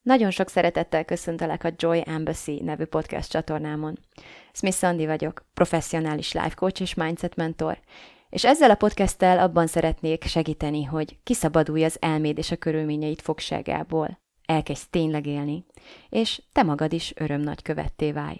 Nagyon sok szeretettel köszöntelek a Joy Embassy nevű podcast csatornámon. Smith Andi vagyok, professzionális life coach és mindset mentor, és ezzel a podcasttel abban szeretnék segíteni, hogy kiszabadulj az elméd és a körülményeid fogságából, elkezdj tényleg élni, és te magad is örömnagykövetté válj.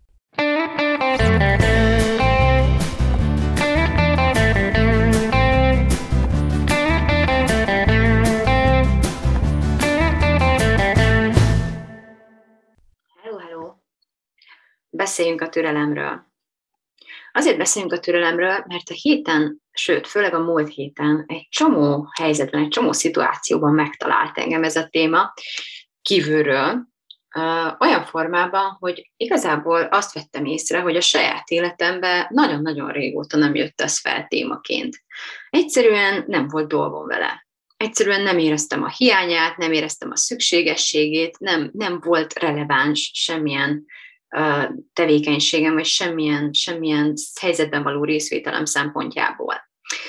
Beszéljünk a türelemről. Azért beszéljünk a türelemről, mert a héten, sőt, főleg a múlt héten egy csomó helyzetben, egy csomó szituációban megtalált engem ez a téma kívülről, olyan formában, hogy igazából azt vettem észre, hogy a saját életemben nagyon-nagyon régóta nem jött ez fel témaként. Egyszerűen nem volt dolgom vele. Egyszerűen nem éreztem a hiányát, nem éreztem a szükségességét, nem volt releváns semmilyen tevékenységem, vagy semmilyen helyzetben való részvételem szempontjából.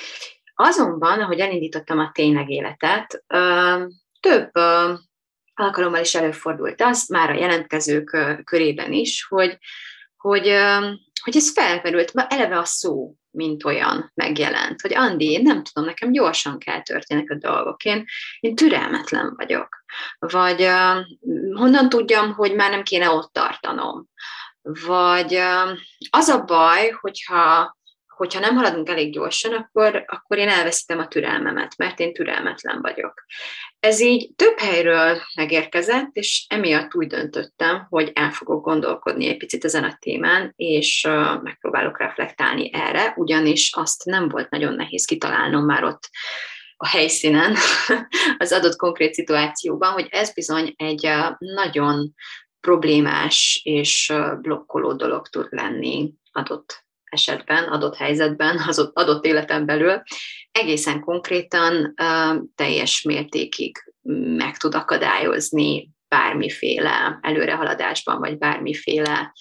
Azonban, ahogy elindítottam a tényleg életet, több alkalommal is előfordult az, már a jelentkezők körében is, hogy ez felmerült, eleve a szó, mint olyan megjelent, hogy Andi, én nem tudom, nekem gyorsan kell történnek a dolgok, én türelmetlen vagyok. Vagy honnan tudjam, hogy már nem kéne ott tartanom. Vagy az a baj, hogyha nem haladunk elég gyorsan, akkor én elveszítem a türelmemet, mert én türelmetlen vagyok. Ez így több helyről megérkezett, és emiatt úgy döntöttem, hogy el fogok gondolkodni egy picit ezen a témán, és megpróbálok reflektálni erre, ugyanis azt nem volt nagyon nehéz kitalálnom már ott a helyszínen, az adott konkrét szituációban, hogy ez bizony egy nagyon problémás és blokkoló dolog tud lenni adott esetben, adott helyzetben, az adott életen belül, egészen konkrétan teljes mértékig meg tud akadályozni bármiféle előrehaladásban, vagy bármiféle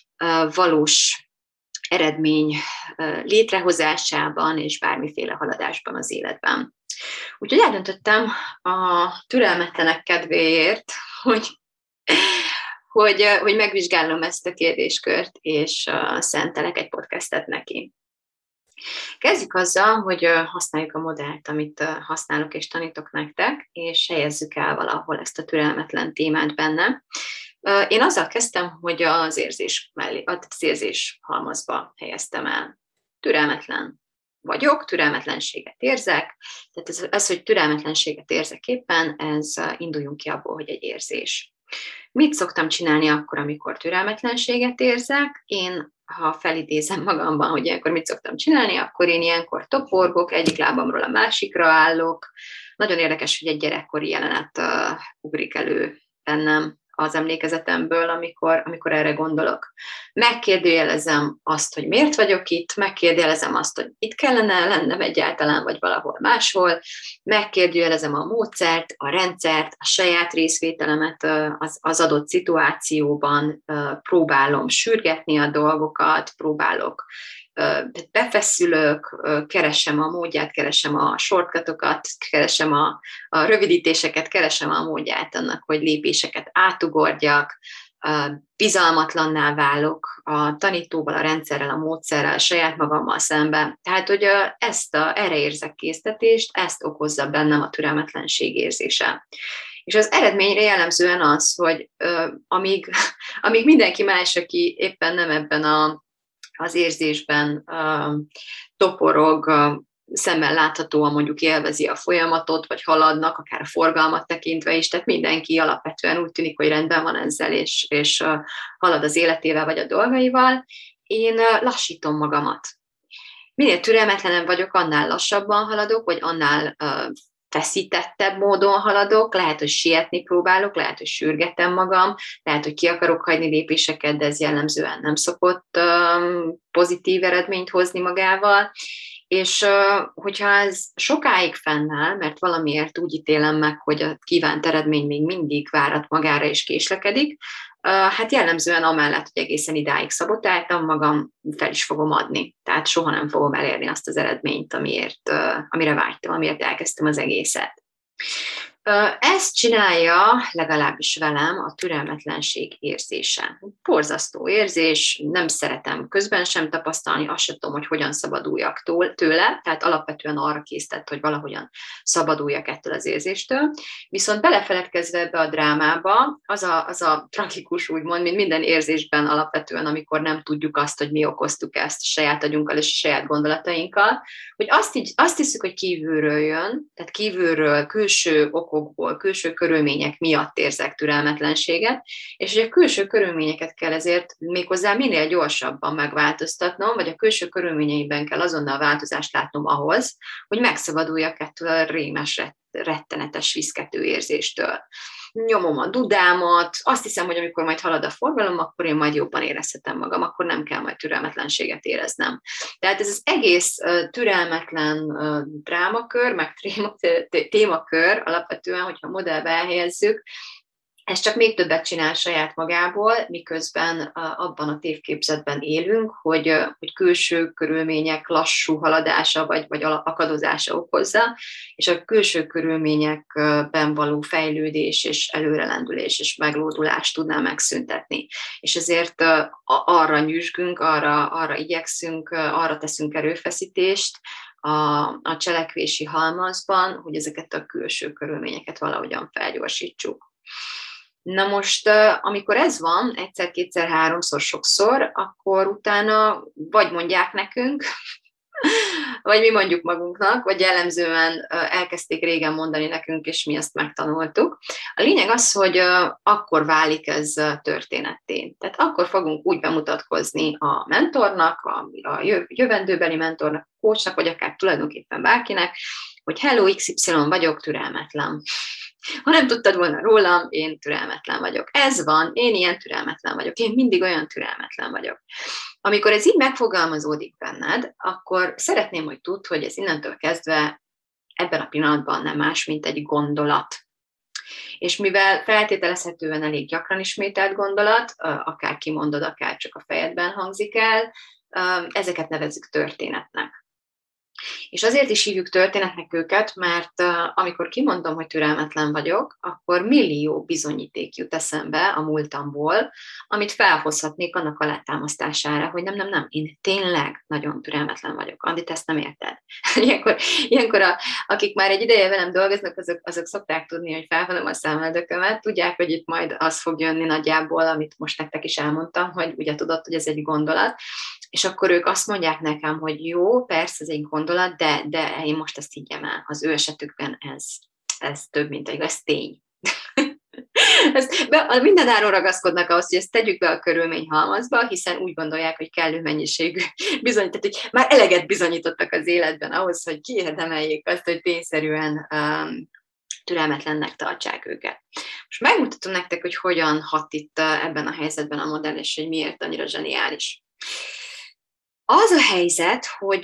valós eredmény létrehozásában, és bármiféle haladásban az életben. Úgyhogy eldöntöttem a türelmetlenek kedvéért, hogy megvizsgálom ezt a kérdéskört, és szentelek egy podcastet neki. Kezdjük azzal, hogy használjuk a modellt, amit használok és tanítok nektek, és helyezzük el valahol ezt a türelmetlen témát benne. Én azzal kezdtem, hogy az érzés halmazba helyeztem el. Türelmetlen vagyok, türelmetlenséget érzek, tehát ez, hogy türelmetlenséget érzek éppen, induljunk ki abból, hogy egy érzés. Mit szoktam csinálni akkor, amikor türelmetlenséget érzek? Én, ha felidézem magamban, hogy ilyenkor mit szoktam csinálni, akkor én ilyenkor toporgok, egyik lábamról a másikra állok. Nagyon érdekes, hogy egy gyerekkori jelenet ugrik elő bennem az emlékezetemből, amikor erre gondolok. Megkérdőjelezem azt, hogy miért vagyok itt, megkérdőjelezem azt, hogy itt kellene lennem egyáltalán, vagy valahol máshol, megkérdőjelezem a módszert, a rendszert, a saját részvételemet az adott szituációban, próbálom sürgetni a dolgokat, befeszülök, keresem a módját, keresem a shortcutokat, keresem a rövidítéseket, keresem a módját annak, hogy lépéseket átugorjak, bizalmatlanná válok a tanítóval, a rendszerrel, a módszerrel, a saját magammal szemben. Tehát, hogy erre érzek késztetést, ezt okozza bennem a türelmetlenség érzése. És az eredményre jellemzően az, hogy amíg mindenki más, aki éppen nem ebben az érzésben toporog, szemmel láthatóan mondjuk élvezi a folyamatot, vagy haladnak, akár a forgalmat tekintve is, tehát mindenki alapvetően úgy tűnik, hogy rendben van ezzel, és halad az életével, vagy a dolgaival. Én lassítom magamat. Minél türelmetlenem vagyok, annál lassabban haladok, vagy annál feszítettebb módon haladok, lehet, hogy sietni próbálok, lehet, hogy sürgetem magam, lehet, hogy ki akarok hagyni lépéseket, de ez jellemzően nem szokott pozitív eredményt hozni magával. És hogyha ez sokáig fennáll, mert valamiért úgy ítélem meg, hogy a kívánt eredmény még mindig várat magára és késlekedik, hát jellemzően amellett, hogy egészen idáig szabotáltam magam, fel is fogom adni. Tehát soha nem fogom elérni azt az eredményt, amire vágytam, amiért elkezdtem az egészet. Ezt csinálja legalábbis velem a türelmetlenség érzése. Borzasztó érzés, nem szeretem közben sem tapasztalni, azt sem tudom, hogy hogyan szabaduljak tőle, tehát alapvetően arra késztett, hogy valahogyan szabaduljak ettől az érzéstől. Viszont belefeledkezve ebbe a drámába, az a tragikus, úgymond, mint minden érzésben alapvetően, amikor nem tudjuk azt, hogy mi okoztuk ezt a saját agyunkkal és a saját gondolatainkkal, hogy azt hiszük, hogy kívülről jön, tehát kívülről, külső okokból, külső körülmények miatt érzek türelmetlenséget, és hogy a külső körülményeket kell ezért méghozzá minél gyorsabban megváltoztatnom, vagy a külső körülményeiben kell azonnal változást látnom ahhoz, hogy megszabaduljak ettől a rémes, rettenetes viszkető érzéstől. Nyomom a dudámat, azt hiszem, hogy amikor majd halad a forgalom, akkor én majd jobban érezhetem magam, akkor nem kell majd türelmetlenséget éreznem. Tehát ez az egész türelmetlen drámakör, meg témakör alapvetően, hogyha modellbe elhelyezzük, ez csak még többet csinál saját magából, miközben abban a tévképzetben élünk, hogy külső körülmények lassú haladása vagy akadozása okozza, és a külső körülményekben való fejlődés és előrelendülés és meglódulás tudná megszüntetni. És ezért arra nyüzsgünk, arra igyekszünk, arra teszünk erőfeszítést, a cselekvési halmazban, hogy ezeket a külső körülményeket valahogyan felgyorsítsuk. Na most, amikor ez van, egyszer, kétszer, háromszor, sokszor, akkor utána vagy mondják nekünk, vagy mi mondjuk magunknak, vagy jellemzően elkezdték régen mondani nekünk, és mi ezt megtanultuk. A lényeg az, hogy akkor válik ez történetté. Tehát akkor fogunk úgy bemutatkozni a mentornak, a jövendőbeli mentornak, a coachnak, vagy akár tulajdonképpen bárkinek, hogy hello, XY vagyok, türelmetlen. Ha nem tudtad volna rólam, én türelmetlen vagyok. Ez van, én ilyen türelmetlen vagyok. Én mindig olyan türelmetlen vagyok. Amikor ez így megfogalmazódik benned, akkor szeretném, hogy tudd, hogy ez innentől kezdve ebben a pillanatban nem más, mint egy gondolat. És mivel feltételezhetően elég gyakran ismételt gondolat, akár kimondod, akár csak a fejedben hangzik el, ezeket nevezzük történetnek. És azért is hívjuk történetnek őket, mert amikor kimondom, hogy türelmetlen vagyok, akkor millió bizonyíték jut eszembe a múltamból, amit felhozhatnék annak alátámasztására, hogy nem, én tényleg nagyon türelmetlen vagyok. Andi, te ezt nem érted. Ilyenkor akik már egy ideje velem dolgoznak, azok szokták tudni, hogy felvonom a számeldökömet, tudják, hogy itt majd az fog jönni nagyjából, amit most nektek is elmondtam, hogy ugye tudod, hogy ez egy gondolat, és akkor ők azt mondják nekem, hogy jó, persze ez egy gondolat, de én most ezt higgyem el. Az ő esetükben ez több, mint egy, ez tény. Mindenáron ragaszkodnak ahhoz, hogy ezt tegyük be a körülményhalmazba, hiszen úgy gondolják, hogy kellő mennyiségű bizonyított, hogy már eleget bizonyítottak az életben ahhoz, hogy kiérdemeljék azt, hogy tényszerűen türelmetlennek tartsák őket. Most megmutatom nektek, hogy hogyan hat itt ebben a helyzetben a modell, és hogy miért annyira zseniális. Az a helyzet, hogy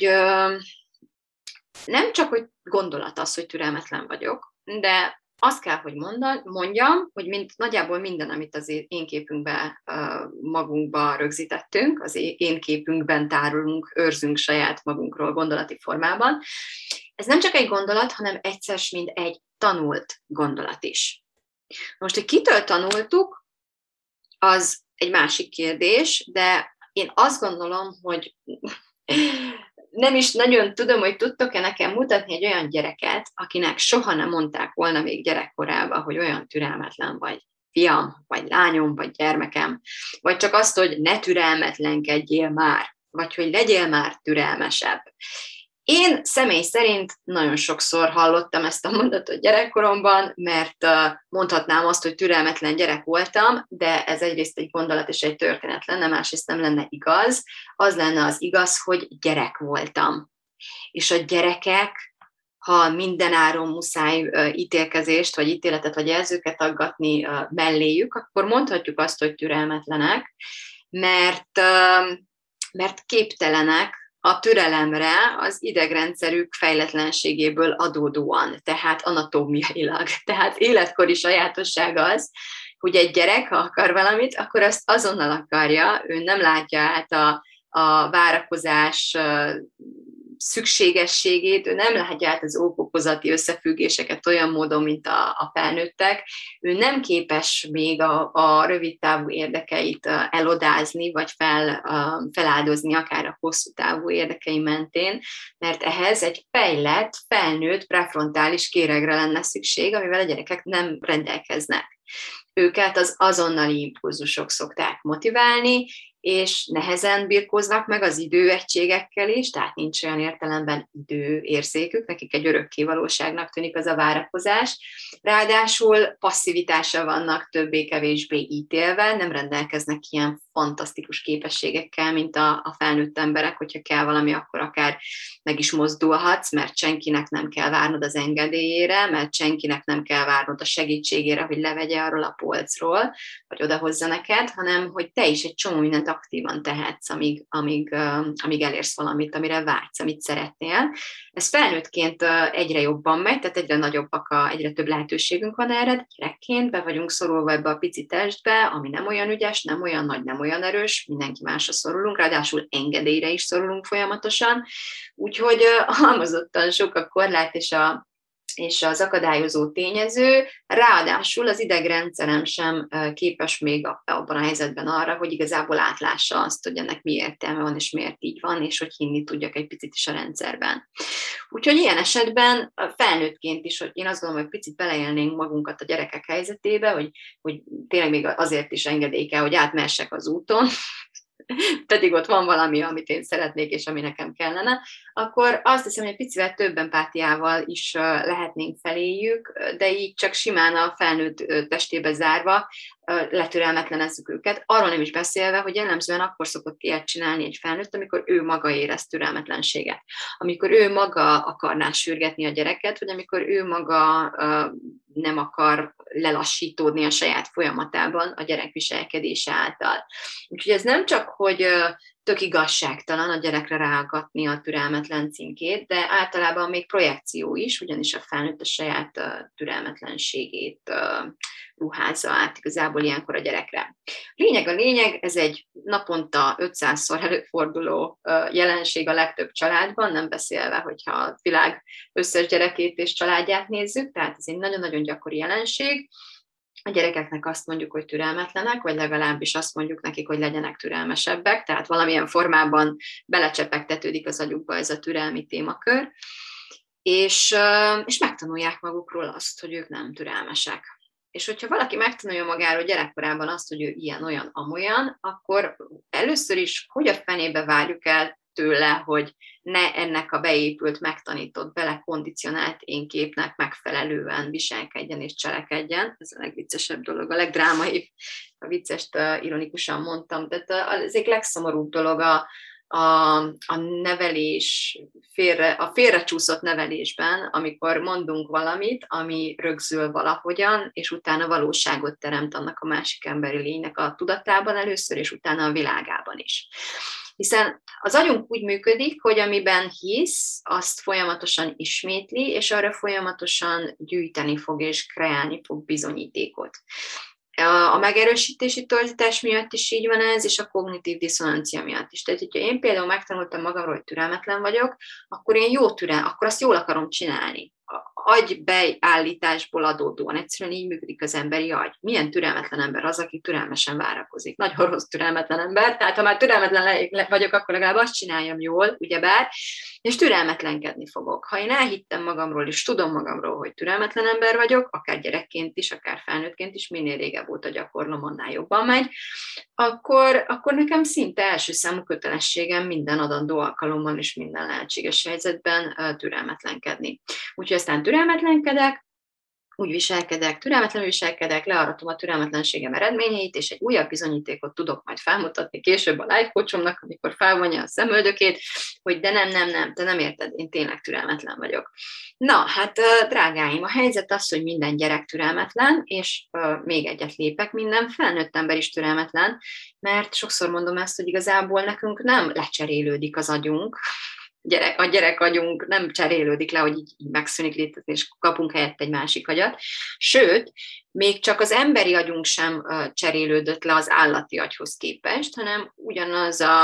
nem csak, hogy gondolat az, hogy türelmetlen vagyok, de azt kell, hogy mondjam, hogy nagyjából minden, amit az én képünkben magunkba rögzítettünk, az én képünkben tárolunk, őrzünk saját magunkról gondolati formában, ez nem csak egy gondolat, hanem egyszer mind egy tanult gondolat is. Most, hogy kitől tanultuk, az egy másik kérdés, de én azt gondolom, hogy nem is nagyon tudom, hogy tudtok-e nekem mutatni egy olyan gyereket, akinek soha nem mondták volna még gyerekkorában, hogy olyan türelmetlen vagy fiam, vagy lányom, vagy gyermekem, vagy csak azt, hogy ne türelmetlenkedjél már, vagy hogy legyél már türelmesebb. Én személy szerint nagyon sokszor hallottam ezt a mondatot gyerekkoromban, mert mondhatnám azt, hogy türelmetlen gyerek voltam, de ez egyrészt egy gondolat és egy történet lenne, másrészt nem lenne igaz. Az lenne az igaz, hogy gyerek voltam. És a gyerekek, ha mindenáron muszáj ítélkezést, vagy ítéletet, vagy jelzőket aggatni melléjük, akkor mondhatjuk azt, hogy türelmetlenek, mert képtelenek a türelemre az idegrendszerük fejletlenségéből adódóan, tehát anatómiailag. Tehát életkori sajátossága az, hogy egy gyerek, ha akar valamit, akkor azt azonnal akarja, ő nem látja át a várakozás szükségességét, ő nem látja át az okokozati összefüggéseket olyan módon, mint a felnőttek, ő nem képes még a rövid távú érdekeit elodázni, vagy feláldozni akár a hosszú távú érdekei mentén, mert ehhez egy fejlett, felnőtt, prefrontális kéregre lenne szükség, amivel a gyerekek nem rendelkeznek. Őket az azonnali impulzusok szokták motiválni, és nehezen birkóznak meg az időegységekkel is, tehát nincs olyan értelemben időérzékük, nekik egy örökké valóságnak tűnik az a várakozás. Ráadásul passzivitásra vannak többé-kevésbé ítélve, nem rendelkeznek ilyen fantasztikus képességekkel, mint a felnőtt emberek, hogyha kell valami, akkor akár meg is mozdulhatsz, mert senkinek nem kell várnod az engedélyére, mert senkinek nem kell várnod a segítségére, hogy levegye arról a polcról, vagy odahozza neked, hanem hogy te is egy csomó mindent aktívan tehetsz, amíg elérsz valamit, amire vágysz, amit szeretnél. Ez felnőttként egyre jobban megy, tehát egyre több lehetőségünk van erre, de gyerekként be vagyunk szorulva ebbe a pici testbe, ami nem olyan ügyes, nem olyan nagy, nem olyan erős, mindenki másra szorulunk, ráadásul engedélyre is szorulunk folyamatosan, úgyhogy halmozottan sok a korlát és az akadályozó tényező, ráadásul az idegrendszerem sem képes még abban a helyzetben arra, hogy igazából átlássa azt, hogy ennek mi értelme van, és miért így van, és hogy hinni tudjak egy picit is a rendszerben. Úgyhogy ilyen esetben felnőttként is, hogy én azt gondolom, hogy picit beleélnénk magunkat a gyerekek helyzetébe, hogy tényleg még azért is engedély kell, hogy átmehessek az úton, pedig ott van valami, amit én szeretnék, és ami nekem kellene, akkor azt hiszem, hogy egy picivel több empátiával is lehetnénk feléjük, de így csak simán a felnőtt testébe zárva letürelmetlenezzük őket. Arról nem is beszélve, hogy jellemzően akkor szokott ilyet csinálni egy felnőtt, amikor ő maga érez türelmetlenséget. Amikor ő maga akarná sürgetni a gyereket, vagy amikor ő maga nem akar lelassítódni a saját folyamatában a gyerek viselkedése által. Úgyhogy ez nem csak, hogy tök igazságtalan a gyerekre ráaggatni a türelmetlen címkét, de általában még projekció is, ugyanis a felnőtt a saját türelmetlenségét ruházza át igazából ilyenkor a gyerekre. A lényeg, ez egy naponta 500-szor előforduló jelenség a legtöbb családban, nem beszélve, hogyha a világ összes gyerekét és családját nézzük, tehát ez egy nagyon-nagyon gyakori jelenség. A gyerekeknek azt mondjuk, hogy türelmetlenek, vagy legalábbis azt mondjuk nekik, hogy legyenek türelmesebbek, tehát valamilyen formában belecsepegtetődik az agyukba ez a türelmi témakör, és megtanulják magukról azt, hogy ők nem türelmesek. És hogyha valaki megtanulja magáról gyerekkorában azt, hogy ő ilyen, olyan, amolyan, akkor először is, hogy a fenébe várjuk el tőle, hogy ne ennek a beépült, megtanított, belekondicionált énképnek megfelelően viselkedjen és cselekedjen. Ez a legviccesebb dolog, a legdrámaibb, a viccest ironikusan mondtam, tehát az egyik legszomorúbb dolog a nevelés, a félrecsúszott nevelésben, amikor mondunk valamit, ami rögzül valahogyan, és utána valóságot teremt annak a másik emberi lénynek a tudatában először, és utána a világában is. Hiszen az agyunk úgy működik, hogy amiben hisz, azt folyamatosan ismétli, és arra folyamatosan gyűjteni fog és kreálni fog bizonyítékot. A megerősítési torzítás miatt is így van ez, és a kognitív diszonancia miatt is. Tehát, hogyha én például megtanultam magamról, hogy türelmetlen vagyok, akkor akkor azt jól akarom csinálni. Agybeállításból adódóan egyszerűen így működik az emberi agy. Milyen türelmetlen ember az, aki türelmesen várakozik? Nagyon rossz türelmetlen ember, tehát ha már türelmetlen vagyok, akkor legalább azt csináljam jól, ugyebár, és türelmetlenkedni fogok. Ha én elhittem magamról, és tudom magamról, hogy türelmetlen ember vagyok, akár gyerekként is, akár felnőttként is, minél régebb óta gyakorlom, annál jobban megy, akkor nekem szinte első számú kötelességem minden adandó alkalommal és minden lehetséges helyzetben türelmetlenkedni. Úgyhogy aztán türelmetlenkedek, úgy viselkedek, türelmetlenül viselkedek, learatom a türelmetlenségem eredményeit, és egy újabb bizonyítékot tudok majd felmutatni később a life coachomnak, amikor felvonja a szemöldökét, hogy de nem, te nem érted, én tényleg türelmetlen vagyok. Na, hát drágáim, a helyzet az, hogy minden gyerek türelmetlen, és még egyet lépek, minden felnőtt ember is türelmetlen, mert sokszor mondom ezt, hogy igazából nekünk nem lecserélődik az agyunk, a gyerek agyunk nem cserélődik le, hogy így megszűnik létezni, és kapunk helyett egy másik agyat. Sőt, még csak az emberi agyunk sem cserélődött le az állati agyhoz képest, hanem ugyanaz a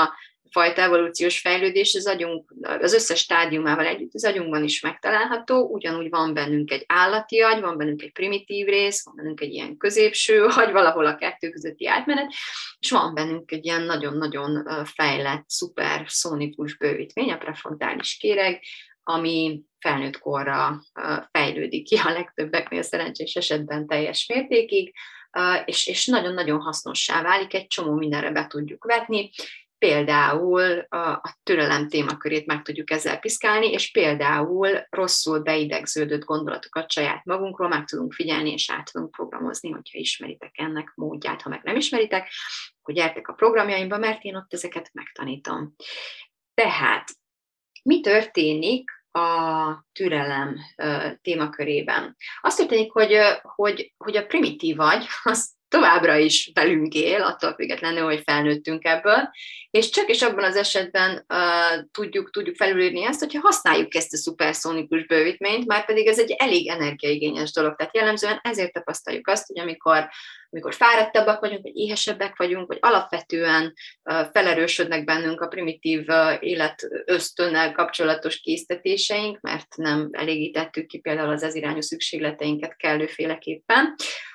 fajta evolúciós fejlődés az agyunk, az összes stádiumával együtt az agyunkban is megtalálható, ugyanúgy van bennünk egy állati agy, van bennünk egy primitív rész, van bennünk egy ilyen középső agy, valahol a kettő közötti átmenet, és van bennünk egy ilyen nagyon-nagyon fejlett, szuperszonikus bővítmény, a prefrontális kéreg, ami felnőtt korra fejlődik ki a legtöbbeknél szerencsés esetben teljes mértékig, és nagyon-nagyon hasznossá válik, egy csomó mindenre be tudjuk vetni, például a türelem témakörét meg tudjuk ezzel piszkálni, és például rosszul beidegződött gondolatokat saját magunkról meg tudunk figyelni, és át tudunk programozni, hogyha ismeritek ennek módját, ha meg nem ismeritek, akkor gyertek a programjaimba, mert én ott ezeket megtanítom. Tehát, mi történik a türelem témakörében? Az történik, hogy a primitív agy, az továbbra is velünk él, attól függetlenül, hogy felnőttünk ebből, és csak is abban az esetben tudjuk felülírni ezt, hogyha használjuk ezt a szuperszonikus bővítményt, már pedig ez egy elég energiaigényes dolog. Tehát jellemzően ezért tapasztaljuk azt, hogy amikor fáradtabbak vagyunk, vagy éhesebbek vagyunk, vagy alapvetően felerősödnek bennünk a primitív élet ösztönnel kapcsolatos késztetéseink, mert nem elégítettük ki például az ez irányú szükségleteinket kellőféleképpen,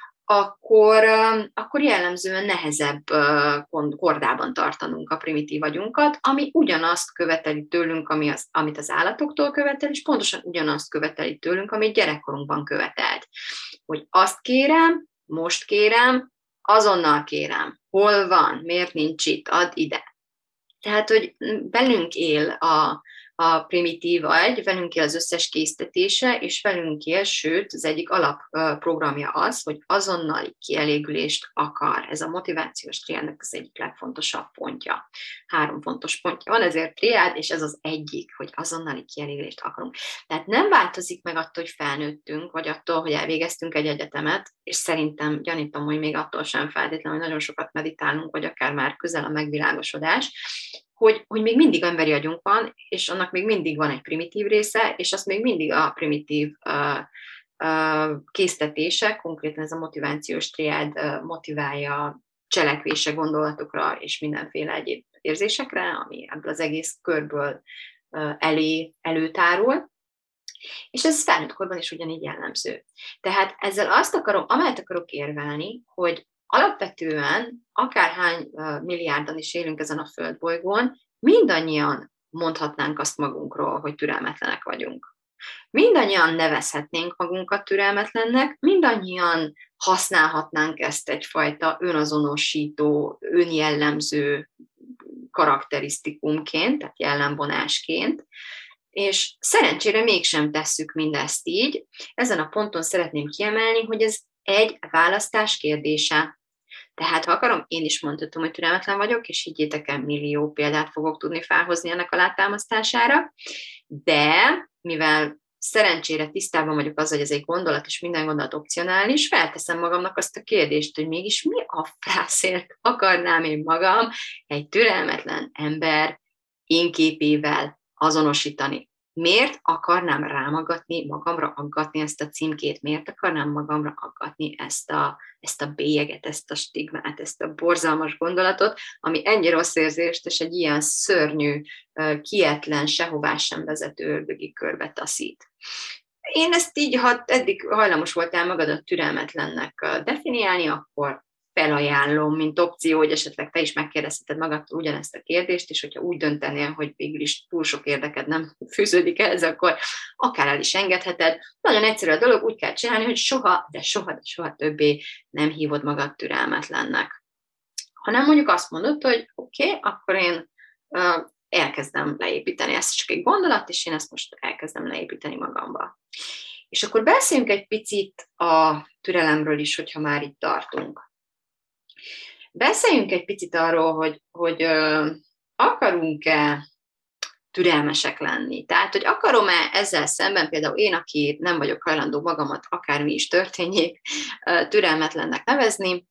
akkor jellemzően nehezebb kordában tartanunk a primitív agyunkat, ami ugyanazt követeli tőlünk, amit az állatoktól követel, és pontosan ugyanazt követeli tőlünk, amit gyerekkorunkban követelt. Hogy azt kérem, most kérem, azonnal kérem, hol van, miért nincs itt, add ide. Tehát, hogy velünk él a primitív agy, velünk él az összes késztetése, és velünk él, sőt, az egyik alapprogramja az, hogy azonnali kielégülést akar. Ez a motivációs triádnak az egyik legfontosabb pontja. 3 fontos pontja van, ezért triád, és ez az egyik, hogy azonnali kielégülést akarunk. Tehát nem változik meg attól, hogy felnőttünk, vagy attól, hogy elvégeztünk egy egyetemet, és szerintem gyanítom, hogy még attól sem feltétlenül, hogy nagyon sokat meditálunk, vagy akár már közel a megvilágosodás, hogy még mindig emberi agyunk van, és annak még mindig van egy primitív része, és azt még mindig a primitív késztetése, konkrétan ez a motivációs triád motiválja cselekvése, gondolatokra és mindenféle egyéb érzésekre, ami ebből az egész körből előtárul. És ez felnőtt korban is ugyanígy jellemző. Tehát ezzel amelyet akarok érvelni, hogy alapvetően akárhány milliárdan is élünk ezen a földbolygón, mindannyian mondhatnánk azt magunkról, hogy türelmetlenek vagyunk. Mindannyian nevezhetnénk magunkat türelmetlennek, mindannyian használhatnánk ezt egyfajta önazonosító, önjellemző karakterisztikumként, tehát jellemvonásként, és szerencsére mégsem tesszük mindezt így. Ezen a ponton szeretném kiemelni, hogy ez egy választás kérdése. Tehát ha akarom, én is mondhatom, hogy türelmetlen vagyok, és higgyétek el, millió példát fogok tudni felhozni ennek alátámasztására, de mivel szerencsére tisztában vagyok azzal, hogy ez egy gondolat, és minden gondolat opcionális, felteszem magamnak azt a kérdést, hogy mégis mi a frászért akarnám én magam egy türelmetlen ember énképével azonosítani. Miért akarnám magamra aggatni ezt a címkét? Miért akarnám magamra aggatni ezt a bélyeget, ezt a stigmát, ezt a borzalmas gondolatot, ami ennyi rossz érzést és egy ilyen szörnyű, kietlen, sehová sem vezető ördögi körbe taszít. Én ezt így, ha eddig hajlamos voltál magadat türelmetlennek definiálni, akkor felajánlom, mint opció, hogy esetleg te is megkérdezheted magadtól ugyanezt a kérdést, és hogyha úgy döntenél, hogy végül is túl sok érdeked nem fűződik ehhez, akkor akár el is engedheted. Nagyon egyszerű a dolog, úgy kell csinálni, hogy soha többé nem hívod magad türelmetlennek. Hanem mondjuk azt mondod, hogy oké, akkor én elkezdem leépíteni, ezt csak egy gondolat, és én ezt most elkezdem leépíteni magamba. És akkor beszéljünk egy picit a türelemről is, hogyha már itt tartunk. Beszéljünk egy picit arról, hogy akarunk-e türelmesek lenni. Tehát, hogy akarom-e ezzel szemben, például én, aki nem vagyok hajlandó magamat, akármi is történjék, türelmetlennek nevezni,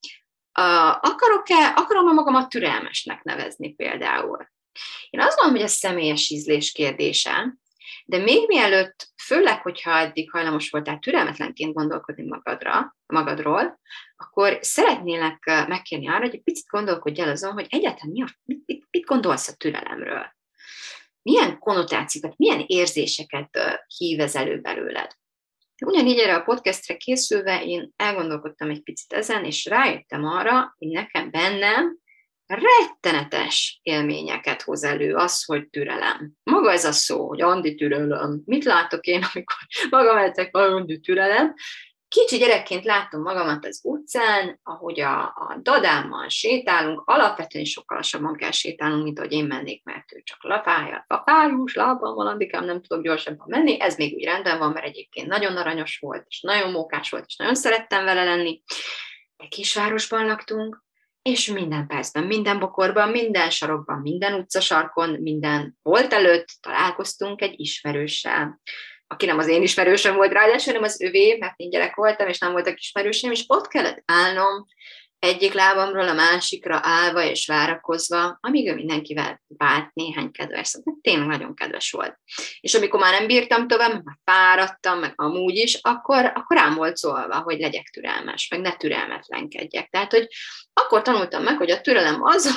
akarom-e magamat türelmesnek nevezni például. Én azt gondolom, hogy ez személyes ízlés kérdése, De még mielőtt, főleg, hogyha eddig hajlamos voltál türelmetlenként gondolkodni magadról, akkor szeretnélek megkérni arra, hogy egy picit gondolkodj el azon, hogy egyáltalán mit gondolsz a türelemről. Milyen konnotációkat, milyen érzéseket hív ez elő belőled. Ugyanígy erre a podcastre készülve én elgondolkodtam egy picit ezen, és rájöttem arra, hogy bennem rettenetes élményeket hoz elő az, hogy türelem. Maga ez a szó, hogy Andi türelem. Mit látok én, amikor magam eltek Andi türelem? Kicsi gyerekként láttam magamat az utcán, ahogy a dadámmal sétálunk, alapvetően sokkal lassabban kell sétálnunk, mint ahogy én mennék, mert ő csak lafájus lábban van, Andikám, nem tudok gyorsabban menni, ez még úgy rendben van, mert egyébként nagyon aranyos volt, és nagyon mókás volt, és nagyon szerettem vele lenni. De kisvárosban laktunk, és minden percben, minden bokorban, minden sarokban, minden utcasarkon, minden bolt előtt találkoztunk egy ismerőssel, aki nem az én ismerősöm volt ráadásul, hanem az övé, mert én gyerek voltam, és nem voltak ismerőseim, és ott kellett állnom egyik lábamról a másikra állva és várakozva, amíg ő mindenkivel vált néhány kedves szóval. Tényleg nagyon kedves volt. És amikor már nem bírtam tovább, meg már fáradtam, meg amúgy is, akkor rám volt szólva, hogy legyek türelmes, meg ne türelmetlenkedjek. Tehát, hogy akkor tanultam meg, hogy a türelem az,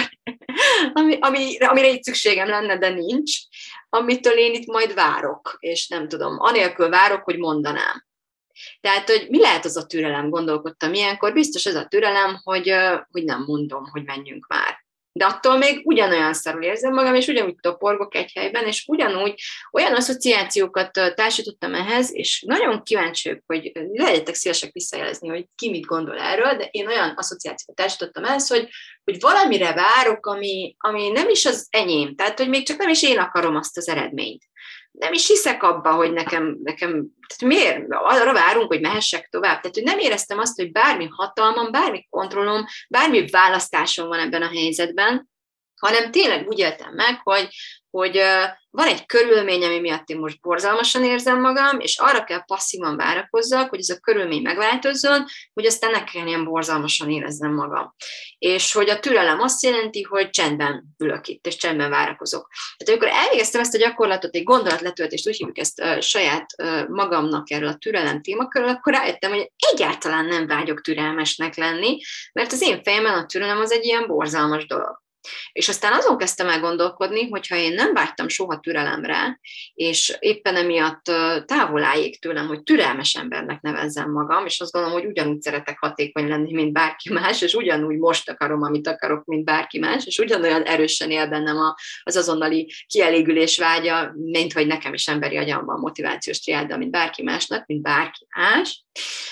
amire itt szükségem lenne, de nincs, amitől én itt majd várok, és nem tudom, anélkül várok, hogy mondanám. Tehát, hogy mi lehet az a türelem, gondolkodtam ilyenkor, biztos ez a türelem, hogy nem mondom, hogy menjünk már. De attól még ugyanolyan szarul érzem magam, és ugyanúgy toporgok egy helyben, és ugyanúgy olyan asszociációkat társítottam ehhez, és nagyon kíváncsiak, hogy legyetek szívesek visszajelezni, hogy ki mit gondol erről, de én olyan asszociációkat társítottam ehhez, hogy valamire várok, ami nem is az enyém, tehát, hogy még csak nem is én akarom azt az eredményt. Nem is hiszek abba, hogy nekem tehát miért? Arra várunk, hogy mehessek tovább. Tehát, hogy nem éreztem azt, hogy bármi hatalmam, bármi kontrollom, bármi választásom van ebben a helyzetben, hanem tényleg úgy éltem meg, hogy van egy körülmény, ami miatt én most borzalmasan érzem magam, és arra kell passzívan várakozzak, hogy ez a körülmény megváltozzon, hogy aztán ne kelljen ilyen borzalmasan érezzem magam. És hogy a türelem azt jelenti, hogy csendben ülök itt, és csendben várakozok. Tehát amikor elvégeztem ezt a gyakorlatot, egy gondolatletöltést, úgy hívjuk ezt saját magamnak erről a türelem témakörről, akkor rájöttem, hogy egyáltalán nem vágyok türelmesnek lenni, mert az én fejemben a türelem az egy ilyen borzalmas dolog. És aztán azon kezdtem el gondolkodni, hogyha én nem vágytam soha türelemre, és éppen emiatt távol álljék tőlem, hogy türelmes embernek nevezzem magam, és azt gondolom, hogy ugyanúgy szeretek hatékony lenni, mint bárki más, és ugyanúgy most akarom, amit akarok, mint bárki más, és ugyanolyan erősen él bennem az azonnali kielégülés vágya, mint hogy nekem is emberi agyamban motivációs triáda, mint bárki másnak, mint bárki más.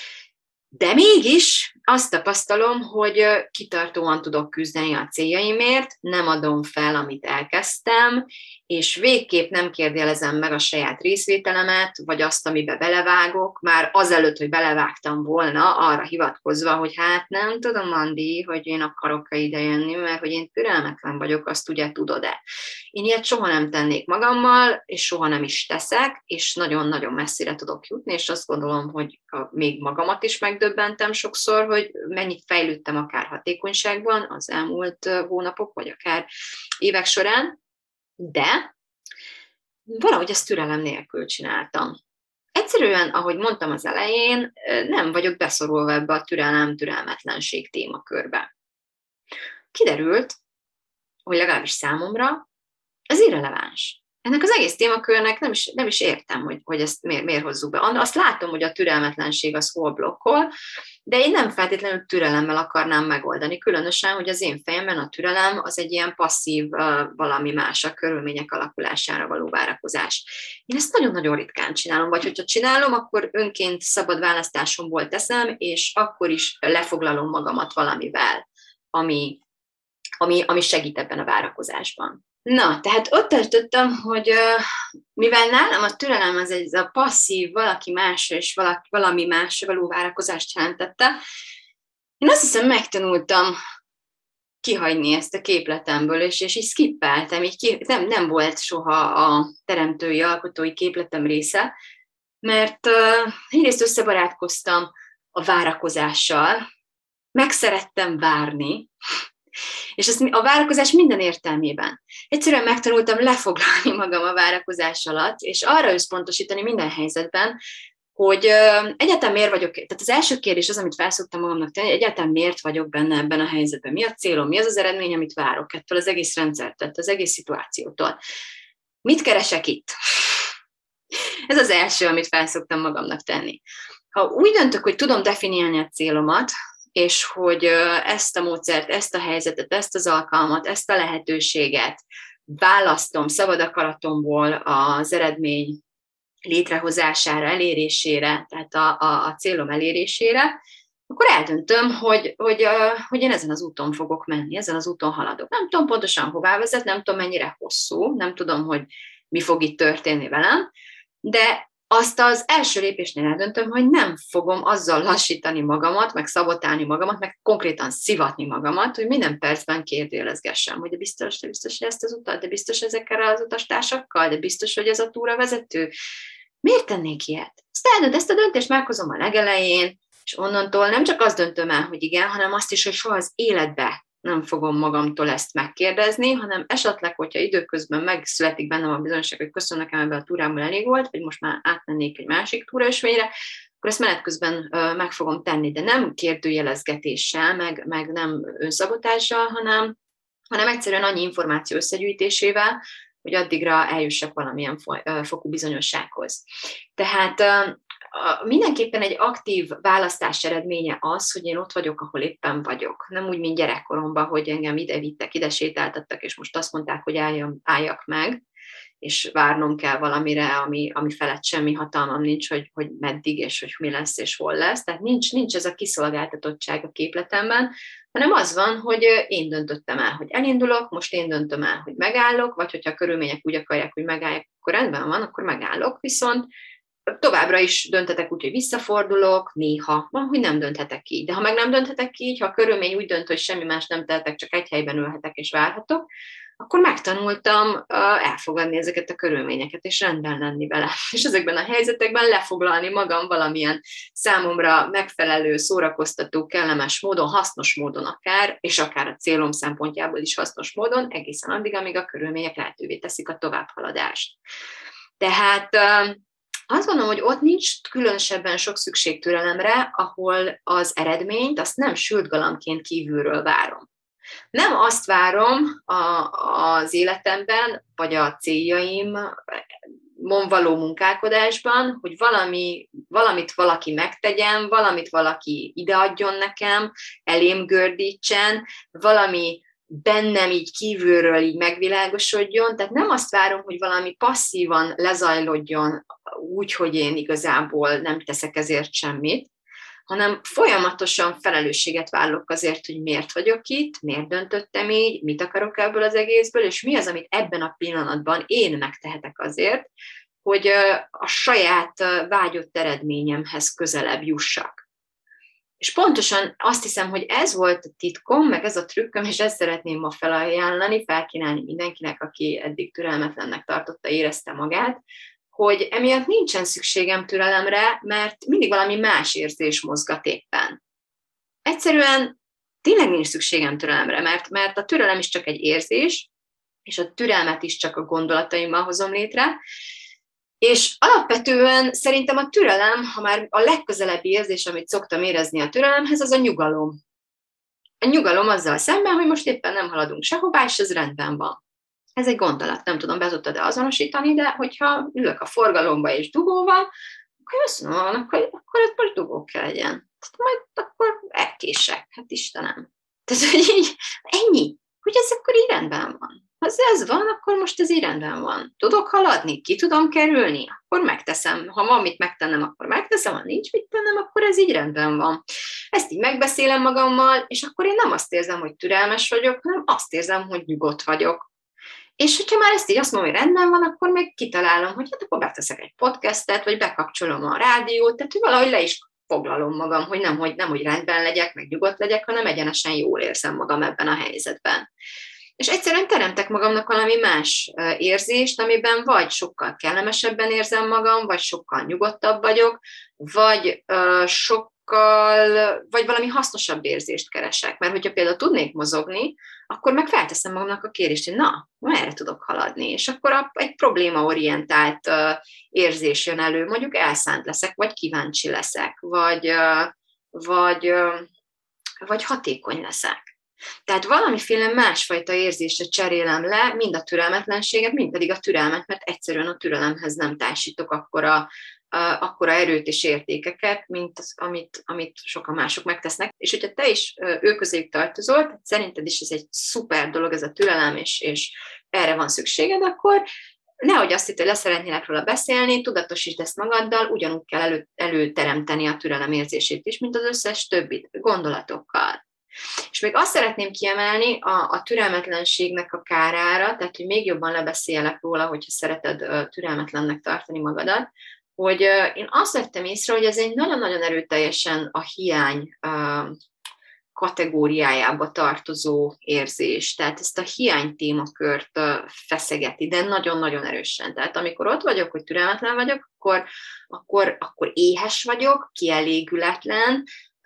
De mégis azt tapasztalom, hogy kitartóan tudok küzdeni a céljaimért, nem adom fel, amit elkezdtem, és végképp nem kérdőjelezem meg a saját részvételemet, vagy azt, amibe belevágok, már azelőtt, hogy belevágtam volna, arra hivatkozva, hogy hát nem tudom, Andi, hogy én akarok-e ide jönni, mert hogy én türelmetlen vagyok, azt ugye tudod-e. Én ilyet soha nem tennék magammal, és soha nem is teszek, és nagyon-nagyon messzire tudok jutni, és azt gondolom, hogy még magamat is megdöbbentem sokszor, hogy mennyit fejlődtem akár hatékonyságban az elmúlt hónapok, vagy akár évek során, de valahogy ezt türelem nélkül csináltam. Egyszerűen, ahogy mondtam az elején, nem vagyok beszorulva ebbe a türelmetlenség témakörbe. Kiderült, hogy legalábbis számomra ez irreleváns. Ennek az egész témakörnek nem is értem, hogy ezt miért hozzuk be. Azt látom, hogy a türelmetlenség az hol blokkol, de én nem feltétlenül türelemmel akarnám megoldani, különösen, hogy az én fejemben a türelem az egy ilyen passzív valami más, a körülmények alakulására való várakozás. Én ezt nagyon-nagyon ritkán csinálom, vagy hogyha csinálom, akkor önként szabad választásomból teszem, és akkor is lefoglalom magamat valamivel, ami segít ebben a várakozásban. Na, tehát ott tartottam, hogy mivel nálam a türelem az egy a passzív, valaki másra és valami másra való várakozást jelentette, én azt hiszem megtanultam kihagyni ezt a képletemből, és így skippeltem, így nem volt soha a teremtői, alkotói képletem része, mert egyrészt összebarátkoztam a várakozással, megszerettem várni, És ezt a várakozás minden értelmében. Egyszerűen megtanultam lefoglalni magam a várakozás alatt, és arra összpontosítani minden helyzetben, hogy egyáltalán miért vagyok, tehát az első kérdés az, amit felszoktam magamnak tenni, egyáltalán miért vagyok benne ebben a helyzetben, mi a célom, mi az az eredmény, amit várok ettől az egész rendszertől, az egész szituációtól. Mit keresek itt? Ez az első, amit felszoktam magamnak tenni. Ha úgy döntök, hogy tudom definiálni a célomat, és hogy ezt a módszert, ezt a helyzetet, ezt az alkalmat, ezt a lehetőséget választom szabad akaratomból az eredmény létrehozására, elérésére, tehát a célom elérésére, akkor eldöntöm, hogy én ezen az úton fogok menni, ezen az úton haladok. Nem tudom pontosan hová vezet, nem tudom mennyire hosszú, nem tudom, hogy mi fog itt történni velem, de azt az első lépésnél eldöntöm, hogy nem fogom azzal lassítani magamat, meg szabotálni magamat, meg konkrétan szivatni magamat, hogy minden percben kérdőjelezgessem, hogy de biztos, hogy ezt az utat, de biztos ezekkel az utastársakkal, de biztos, hogy ez a túra vezető. Miért tennék ilyet? Ezt a döntést meghozom a legelején, és onnantól nem csak azt döntöm el, hogy igen, hanem azt is, hogy soha az életbe nem fogom magamtól ezt megkérdezni, hanem esetleg, hogyha időközben megszületik bennem a bizonyosság, hogy köszönöm, nekem ebben a túrámból elég volt, vagy most már átmennék egy másik túraösvényre, akkor ezt menet közben meg fogom tenni, de nem kérdőjelezgetéssel, meg nem önszabotással, hanem egyszerűen annyi információ összegyűjtésével, hogy addigra eljussak valamilyen fokú bizonyossághoz. Tehát mindenképpen egy aktív választás eredménye az, hogy én ott vagyok, ahol éppen vagyok. Nem úgy, mint gyerekkoromban, hogy engem ide vittek, ide sétáltattak, és most azt mondták, hogy álljak meg, és várnom kell valamire, ami felett semmi hatalmam nincs, hogy meddig, és hogy mi lesz, és hol lesz. Tehát nincs ez a kiszolgáltatottság a képletemben, hanem az van, hogy én döntöttem el, hogy elindulok, most én döntöm el, hogy megállok, vagy hogyha a körülmények úgy akarják, hogy megálljak, akkor rendben van, akkor megállok, viszont továbbra is döntetek úgy, hogy visszafordulok, néha van, hogy nem dönthetek így. De ha meg nem dönthetek így, ha a körülmény úgy dönt, hogy semmi más nem tehetek, csak egy helyben ülhetek és várhatok, akkor megtanultam elfogadni ezeket a körülményeket, és rendben lenni vele. És ezekben a helyzetekben lefoglalni magam valamilyen számomra megfelelő, szórakoztató, kellemes módon, hasznos módon akár, és akár a célom szempontjából is hasznos módon, egészen addig, amíg a körülmények lehetővé teszik a továbbhaladást. Tehát azt gondolom, hogy ott nincs különösebben sok szükség türelemre, ahol az eredményt azt nem sült galamként kívülről várom. Nem azt várom az életemben, vagy a céljaimon való munkálkodásban, hogy valamit valaki megtegyen, valamit valaki ideadjon nekem, elém gördítsen, valami bennem így kívülről így megvilágosodjon, tehát nem azt várom, hogy valami passzívan lezajlódjon úgy, hogy én igazából nem teszek ezért semmit, hanem folyamatosan felelősséget vállalok azért, hogy miért vagyok itt, miért döntöttem így, mit akarok ebből az egészből, és mi az, amit ebben a pillanatban én megtehetek azért, hogy a saját vágyott eredményemhez közelebb jussak. És pontosan azt hiszem, hogy ez volt a titkom, meg ez a trükköm, és ezt szeretném ma felajánlani, felkínálni mindenkinek, aki eddig türelmetlennek tartotta, érezte magát, hogy emiatt nincsen szükségem türelemre, mert mindig valami más érzés mozgat éppen. Egyszerűen tényleg nincs szükségem türelemre, mert a türelem is csak egy érzés, és a türelmet is csak a gondolataimmal hozom létre, és alapvetően szerintem a türelem, ha már a legközelebbi érzés, amit szoktam érezni a türelemhez, az a nyugalom. A nyugalom azzal szemben, hogy most éppen nem haladunk sehová, és ez rendben van. Ez egy gondolat, nem tudom, be tudtad-e azonosítani, de hogyha ülök a forgalomba és dugóval, akkor azt mondom, akkor most dugó kell legyen. Majd akkor elkések, hát Istenem. Tehát, hogy így, ennyi, hogy ez akkor így rendben van. Ha ez van, akkor most ez így rendben van. Tudok haladni, ki tudom kerülni, akkor megteszem. Ha van mit megtennem, akkor megteszem, ha nincs mit tennem, akkor ez így rendben van. Ezt így megbeszélem magammal, és akkor én nem azt érzem, hogy türelmes vagyok, hanem azt érzem, hogy nyugodt vagyok. És hogyha már ezt így azt mondom, hogy rendben van, akkor meg kitalálom, hogy hát akkor beteszek egy podcastet, vagy bekapcsolom a rádiót, tehát hogy valahogy le is foglalom magam, hogy nem hogy rendben legyek, meg nyugodt legyek, hanem egyenesen jól érzem magam ebben a helyzetben. És egyszerűen teremtek magamnak valami más érzést, amiben vagy sokkal kellemesebben érzem magam, vagy sokkal nyugodtabb vagyok, vagy sokkal, vagy valami hasznosabb érzést keresek. Mert hogyha például tudnék mozogni, akkor meg felteszem magamnak a kérdést, hogy na, merre tudok haladni? És akkor egy problémaorientált érzés jön elő, mondjuk elszánt leszek, vagy kíváncsi leszek, vagy hatékony leszek. Tehát valamiféle másfajta érzésre cserélem le, mind a türelmetlenséget, mind pedig a türelmet, mert egyszerűen a türelemhez nem társítok akkora erőt és értékeket, mint amit sokan mások megtesznek. És hogyha te is ők közéjük tartozol, szerinted is ez egy szuper dolog, ez a türelem, és erre van szükséged, akkor nehogy azt hitt, hogy leszeretnélek róla beszélni, tudatosítsd ezt magaddal, ugyanúgy kell előteremteni a türelem érzését is, mint az összes többit, gondolatokkal. És még azt szeretném kiemelni a türelmetlenségnek a kárára, tehát hogy még jobban lebeszélek róla, hogyha szereted türelmetlennek tartani magadat, hogy én azt vettem észre, hogy ez egy nagyon-nagyon erőteljesen a hiány kategóriájába tartozó érzés. Tehát ezt a hiány témakört feszegeti, de nagyon-nagyon erősen. Tehát amikor ott vagyok, hogy türelmetlen vagyok, akkor éhes vagyok, kielégületlen,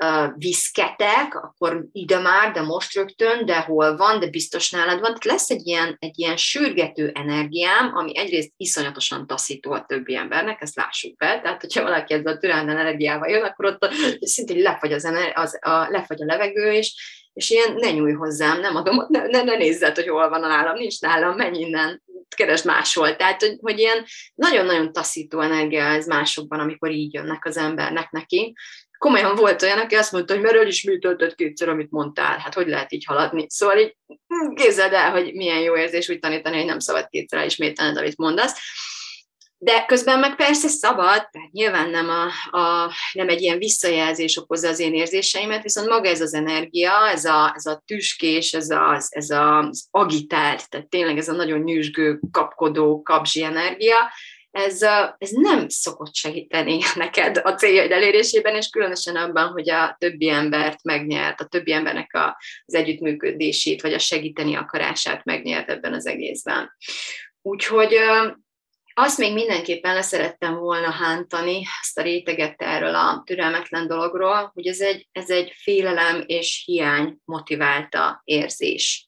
viszketek, akkor ide már, de most rögtön, de hol van, de biztos nálad van. Tehát lesz egy ilyen sürgető energiám, ami egyrészt iszonyatosan taszító a többi embernek, ezt lássuk be. Tehát, hogyha valaki ezzel a türelmetlen energiával jön, akkor ott szintén lefagy lefagy a levegő, és ilyen ne nyújj hozzám, nem adom, ne nézzed, hogy hol van nálam, nincs nálam, menj innen, keresd máshol. Tehát, hogy ilyen nagyon-nagyon taszító energia ez másokban, amikor így jönnek az embernek neki. Komolyan volt olyan, aki azt mondta, hogy mert elismételted kétszer, amit mondtál, hát hogy lehet így haladni. Szóval így képzeld el, hogy milyen jó érzés úgy tanítani, hogy nem szabad kétszer elismételned, amit mondasz. De közben meg persze szabad, tehát nyilván nem egy ilyen visszajelzés okozza az én érzéseimet, viszont maga ez az energia, ez a tüskés, ez az agitált, tehát tényleg ez a nagyon nyüzsgő, kapkodó, kapzsi energia, ez nem szokott segíteni neked a céljaid elérésében, és különösen abban, hogy a többi embert megnyert, a többi embernek az együttműködését, vagy a segíteni akarását megnyert ebben az egészben. Úgyhogy azt még mindenképpen leszerettem volna hántani, azt a réteget erről a türelmetlen dologról, hogy ez egy félelem és hiány motiválta érzés.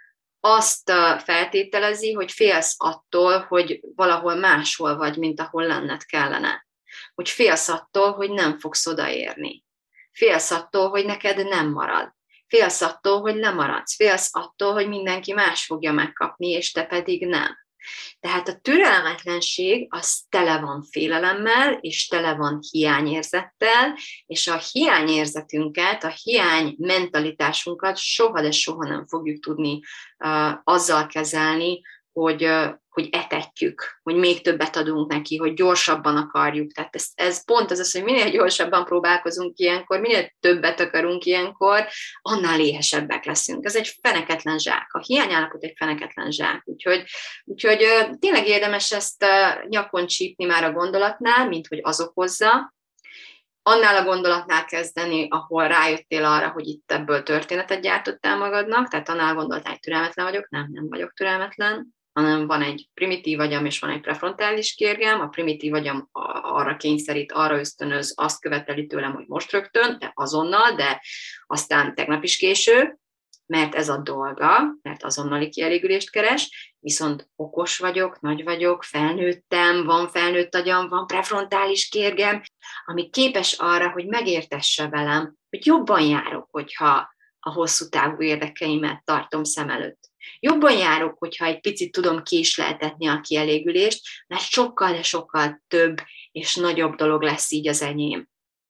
Azt feltételezi, hogy félsz attól, hogy valahol máshol vagy, mint ahol lenned kellene. Hogy félsz attól, hogy nem fogsz odaérni. Félsz attól, hogy neked nem marad. Félsz attól, hogy lemaradsz. Félsz attól, hogy mindenki más fogja megkapni, és te pedig nem. Tehát a türelmetlenség az tele van félelemmel, és tele van hiányérzettel, és a hiányérzetünket, a hiány mentalitásunkat soha, de soha nem fogjuk tudni azzal kezelni, hogy etetjük, hogy még többet adunk neki, hogy gyorsabban akarjuk. Tehát ez pont az, hogy minél gyorsabban próbálkozunk ilyenkor, minél többet akarunk ilyenkor, annál éhesebbek leszünk. Ez egy feneketlen zsák. A hiányállapot egy feneketlen zsák. Úgyhogy tényleg érdemes ezt nyakon csípni már a gondolatnál, mint hogy az okozza. Annál a gondolatnál kezdeni, ahol rájöttél arra, hogy itt ebből történetet gyártottál magadnak, tehát annál gondolatnál, hogy türelmetlen vagyok, nem vagyok türelmetlen, hanem van egy primitív agyam, és van egy prefrontális kérgem. A primitív agyam arra kényszerít, arra ösztönöz, azt követeli tőlem, hogy most rögtön, de azonnal, de aztán tegnap is késő, mert ez a dolga, mert azonnali kielégülést keres, viszont okos vagyok, nagy vagyok, felnőttem, van felnőtt agyam, van prefrontális kérgem, ami képes arra, hogy megértesse velem, hogy jobban járok, hogyha a hosszú távú érdekeimet tartom szem előtt. Jobban járok, hogyha egy picit tudom késleltetni a kielégülést, mert sokkal, de sokkal több és nagyobb dolog lesz így az enyém.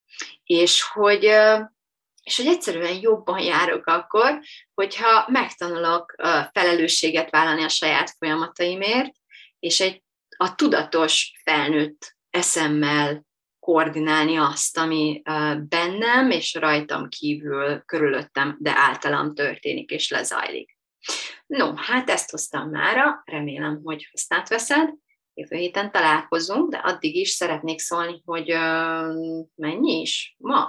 És hogy egyszerűen jobban járok akkor, hogyha megtanulok felelősséget vállalni a saját folyamataimért, és a tudatos felnőtt eszemmel koordinálni azt, ami bennem és rajtam kívül körülöttem, de általam történik és lezajlik. No, hát ezt hoztam mára, remélem, hogy hasznát veszed. Jövő héten találkozunk, de addig is szeretnék szólni, hogy mennyi is? Ma?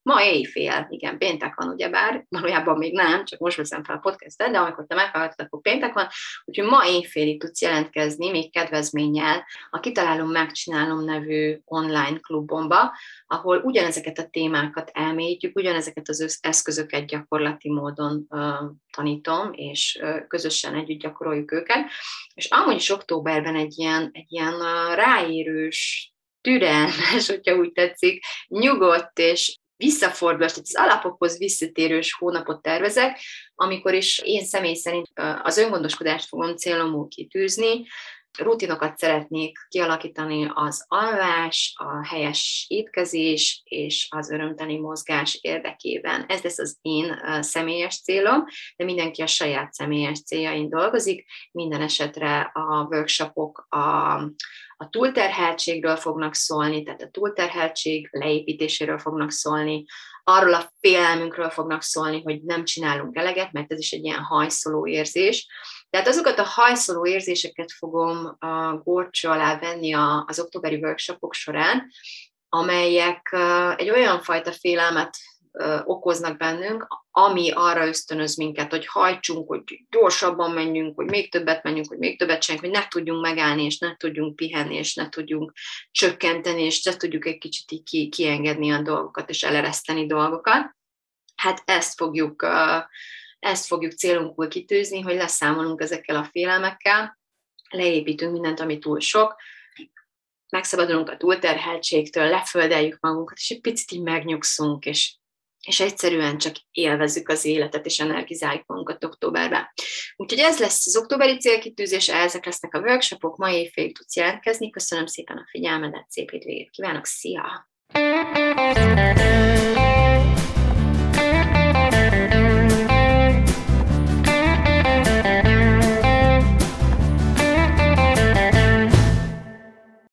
Ma éjfél, igen, péntek van ugyebár, valójában még nem, csak most veszem fel a podcastet, de amikor te meghallgatod, akkor péntek van, úgyhogy ma éjfélig tudsz jelentkezni, még kedvezménnyel a Kitalálom, Megcsinálom nevű online klubomba, ahol ugyanezeket a témákat elmélyítjük, ugyanezeket az eszközöket gyakorlati módon tanítom, és közösen együtt gyakoroljuk őket. És amúgy is októberben egy ilyen ráérős, türelmes, hogyha úgy tetszik, nyugodt és visszafordulás, tehát az alapokhoz visszatérős hónapot tervezek, amikor is én személy szerint az öngondoskodást fogom célomul kitűzni, rutinokat szeretnék kialakítani az alvás, a helyes étkezés és az örömteli mozgás érdekében. Ez lesz az én személyes célom, de mindenki a saját személyes céljain dolgozik. Minden esetre a workshopok a túlterheltségről fognak szólni, tehát a túlterheltség leépítéséről fognak szólni, arról a félelmünkről fognak szólni, hogy nem csinálunk eleget, mert ez is egy ilyen hajszoló érzés. Tehát azokat a hajszoló érzéseket fogom górcső alá venni az októberi workshopok során, amelyek egy olyan fajta félelmet okoznak bennünk, ami arra ösztönöz minket, hogy hajtsunk, hogy gyorsabban menjünk, hogy még többet menjünk, hogy még többet csináljunk, hogy ne tudjunk megállni, és ne tudjunk pihenni, és ne tudjunk csökkenteni, és ne tudjuk egy kicsit így kiengedni a dolgokat, és elereszteni dolgokat. Hát ezt fogjuk célunkul kitűzni, hogy leszámolunk ezekkel a félelmekkel, leépítünk mindent, ami túl sok, megszabadulunk a túlterheltségtől, leföldeljük magunkat, és egy picit így megnyugszunk, és egyszerűen csak élvezzük az életet, és energizáljuk magunkat októberben. Úgyhogy ez lesz az októberi célkitűzés, ezek lesznek a workshopok, ma éjfélig tudsz jelentkezni. Köszönöm szépen a figyelmedet, szép hétvégét kívánok, szia!